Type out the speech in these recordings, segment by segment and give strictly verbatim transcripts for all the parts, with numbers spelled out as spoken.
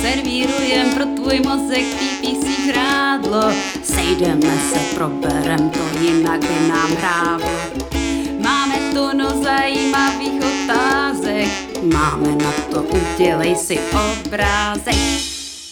servírujem pro tvůj mozek P P C žrádlo. Sejdeme se, proberem to, jinak by nám hrávlo. Máme tunu zajímavých otázek, máme na to, udělej si obrázek.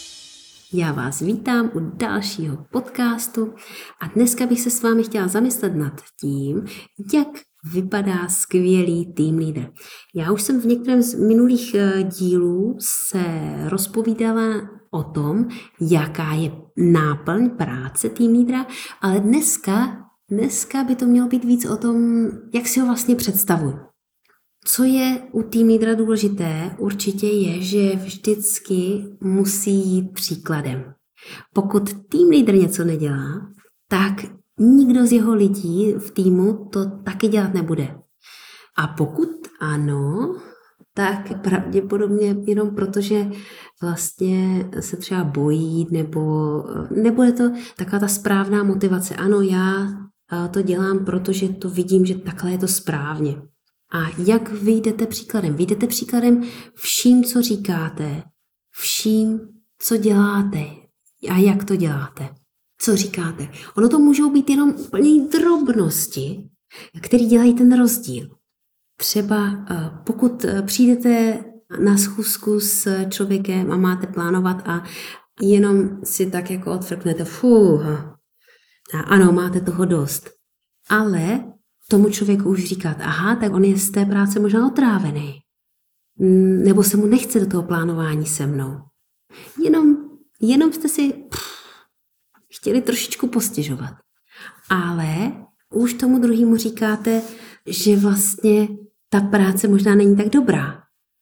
Já vás vítám u dalšího podcastu a dneska bych se s vámi chtěla zamyslet nad tím, jak vypadá skvělý team leader. Já už jsem v některém z minulých dílů se rozpovídala o tom, jaká je náplň práce team leadera, ale dneska, dneska by to mělo být víc o tom, jak si ho vlastně představuji. Co je u team leadera důležité, určitě je, že vždycky musí jít příkladem. Pokud team leader něco nedělá, tak nikdo z jeho lidí v týmu to taky dělat nebude. A pokud ano, tak pravděpodobně jenom proto, že vlastně se třeba bojí, nebo nebude to taková ta správná motivace. Ano, já to dělám, protože to vidím, že takhle je to správně. A jak vyjdete příkladem? Vyjdete příkladem vším, co říkáte, vším, co děláte a jak to děláte. Co říkáte? Ono to můžou být jenom úplně drobnosti, které dělají ten rozdíl. Třeba pokud přijdete na schůzku s člověkem a máte plánovat a jenom si tak jako odfrknete, fuh, a ano, máte toho dost, ale tomu člověku už říkat, aha, tak on je z té práce možná otrávený. Nebo se mu nechce do toho plánování se mnou. Jenom, jenom jste si pff, chtěli trošičku postěžovat. Ale už tomu druhému říkáte, že vlastně ta práce možná není tak dobrá.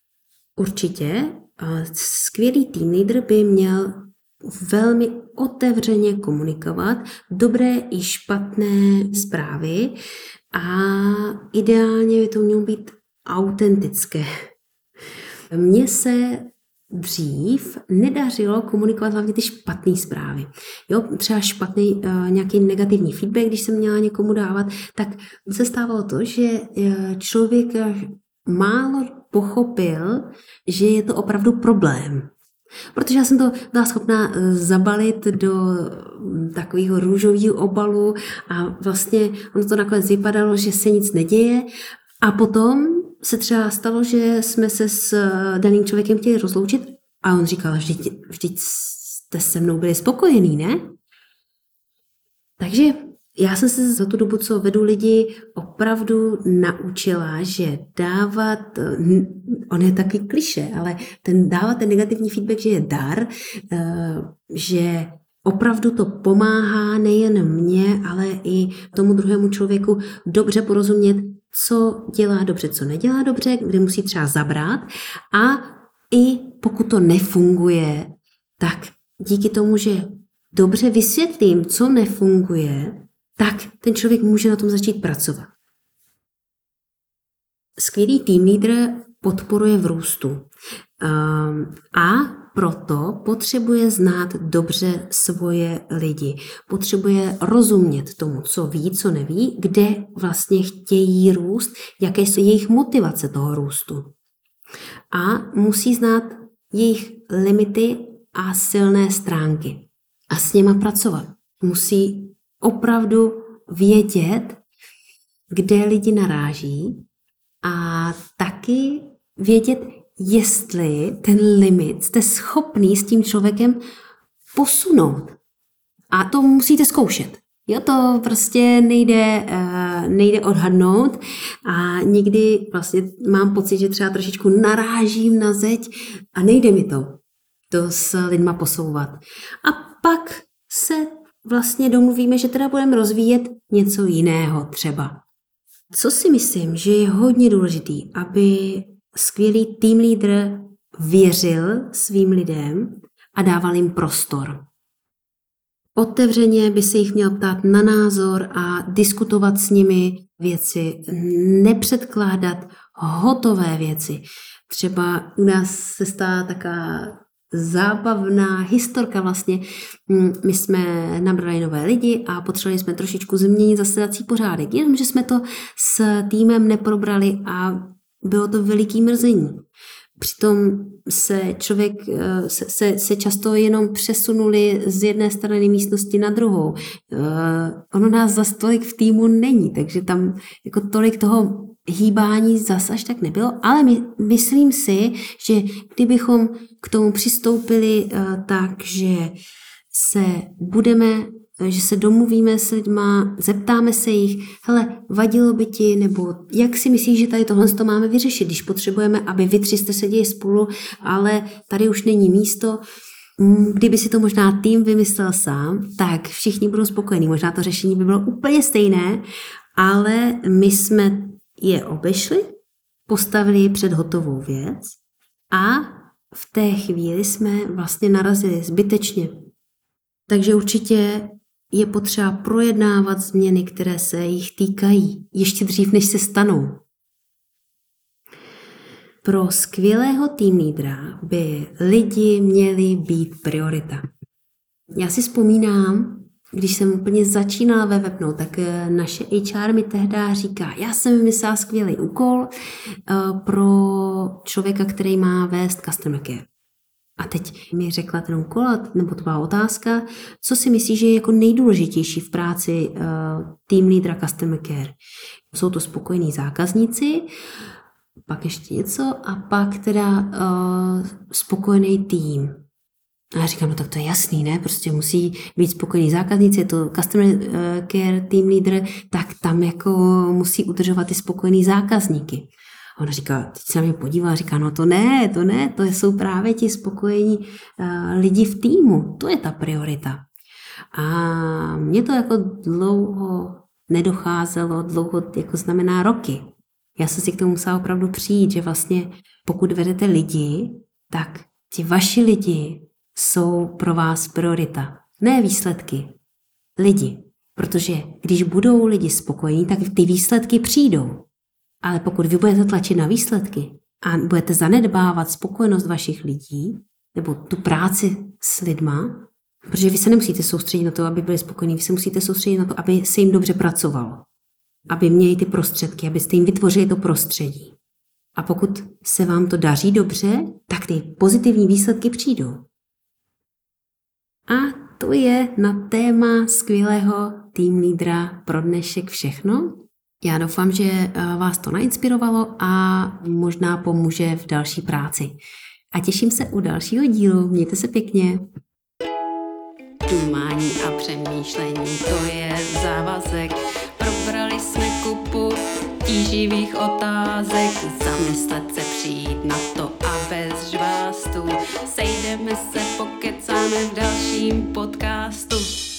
Určitě skvělý team leader by měl velmi otevřeně komunikovat dobré i špatné zprávy a ideálně by to mělo být autentické. Mně se dřív nedařilo komunikovat hlavně ty špatné zprávy. Jo, třeba špatný uh, nějaký negativní feedback, když jsem měla někomu dávat, tak se stávalo to, že uh, člověk málo pochopil, že je to opravdu problém. Protože já jsem to byla schopná zabalit do takového růžového obalu a vlastně ono to nakonec vypadalo, že se nic neděje a potom se třeba stalo, že jsme se s daným člověkem chtěli rozloučit a on říkal, vždyť, vždyť jste se mnou byli spokojení, ne? Takže já jsem se za tu dobu, co vedu lidi, opravdu naučila, že dávat, on je taky klišé, ale ten dávat ten negativní feedback, že je dar, že opravdu to pomáhá nejen mně, ale i tomu druhému člověku dobře porozumět, co dělá dobře, co nedělá dobře, kde musí třeba zabrat a i pokud to nefunguje, tak díky tomu, že dobře vysvětlím, co nefunguje, tak ten člověk může na tom začít pracovat. Skvělý team leader podporuje v růstu a proto potřebuje znát dobře svoje lidi. Potřebuje rozumět tomu, co ví, co neví, kde vlastně chtějí růst, jaké jsou jejich motivace toho růstu. A musí znát jejich limity a silné stránky a s něma pracovat. Musí opravdu vědět, kde lidi naráží a taky vědět, jestli ten limit jste schopný s tím člověkem posunout. A to musíte zkoušet. Jo, to prostě nejde, nejde odhadnout a někdy vlastně mám pocit, že třeba trošičku narážím na zeď a nejde mi to, to s lidma posouvat. A pak se vlastně domluvíme, že teda budeme rozvíjet něco jiného třeba. Co si myslím, že je hodně důležitý, aby skvělý team leader věřil svým lidem a dával jim prostor. Otevřeně by se jich měl ptát na názor a diskutovat s nimi věci, nepředkládat hotové věci. Třeba u nás se stala taková zábavná historka vlastně. My jsme nabrali nové lidi a potřebovali jsme trošičku změnit zasedací pořádek, jenomže jsme to s týmem neprobrali a bylo to veliký mrzení. Přitom se člověk, se, se, se často jenom přesunuli z jedné strany místnosti na druhou. Uh, ono nás zas tolik v týmu není, takže tam jako tolik toho hýbání zas až tak nebylo, ale my, myslím si, že kdybychom k tomu přistoupili uh, tak, že se budeme že se domluvíme s lidma, zeptáme se jich, hele, vadilo by ti, nebo jak si myslíš, že tady tohle to máme vyřešit, když potřebujeme, aby vy tři jste seděli spolu, ale tady už není místo. Kdyby si to možná tým vymyslel sám, tak všichni budou spokojení. Možná to řešení by bylo úplně stejné, ale my jsme je obešli, postavili je před hotovou věc a v té chvíli jsme vlastně narazili zbytečně. Takže určitě je potřeba projednávat změny, které se jich týkají, ještě dřív, než se stanou. Pro skvělého team lídra by lidi měli být priorita. Já si vzpomínám, když jsem úplně začínala ve Webnou, tak naše H R mi tehdy říká, já jsem vymyslela skvělý úkol pro člověka, který má vést customer care. A teď mi řekla ten úkol, nebo to byla otázka, co si myslíš, že je jako nejdůležitější v práci uh, team leadera customer care. Jsou to spokojení zákazníci, pak ještě něco a pak teda uh, spokojený tým. A já říkám, no tak to je jasný, ne? Prostě musí být spokojení zákazníci, je to customer care team leader, tak tam jako musí udržovat ty spokojený zákazníky. A ona říká, teď se na mě podívá a říká, no to ne, to ne, to jsou právě ti spokojení uh, lidi v týmu, to je ta priorita. A mě to jako dlouho nedocházelo, dlouho jako znamená roky. Já jsem si k tomu musela opravdu přijít, že vlastně pokud vedete lidi, tak ti vaši lidi jsou pro vás priorita. Ne výsledky, lidi. Protože když budou lidi spokojení, tak ty výsledky přijdou. Ale pokud vy budete tlačit na výsledky a budete zanedbávat spokojenost vašich lidí, nebo tu práci s lidma, protože vy se nemusíte soustředit na to, aby byli spokojení, vy se musíte soustředit na to, aby se jim dobře pracovalo, aby měli ty prostředky, abyste jim vytvořili to prostředí. A pokud se vám to daří dobře, tak ty pozitivní výsledky přijdou. A to je na téma skvělého team lídra pro dnešek všechno. Já doufám, že vás to nainspirovalo a možná pomůže v další práci. A těším se u dalšího dílu. Mějte se pěkně. Dumání a přemýšlení, to je závazek. Probrali jsme kupu tíživých otázek. Zamyslet se, přijít na to a bez žvástu. Sejdeme se, pokecáme v dalším podcastu.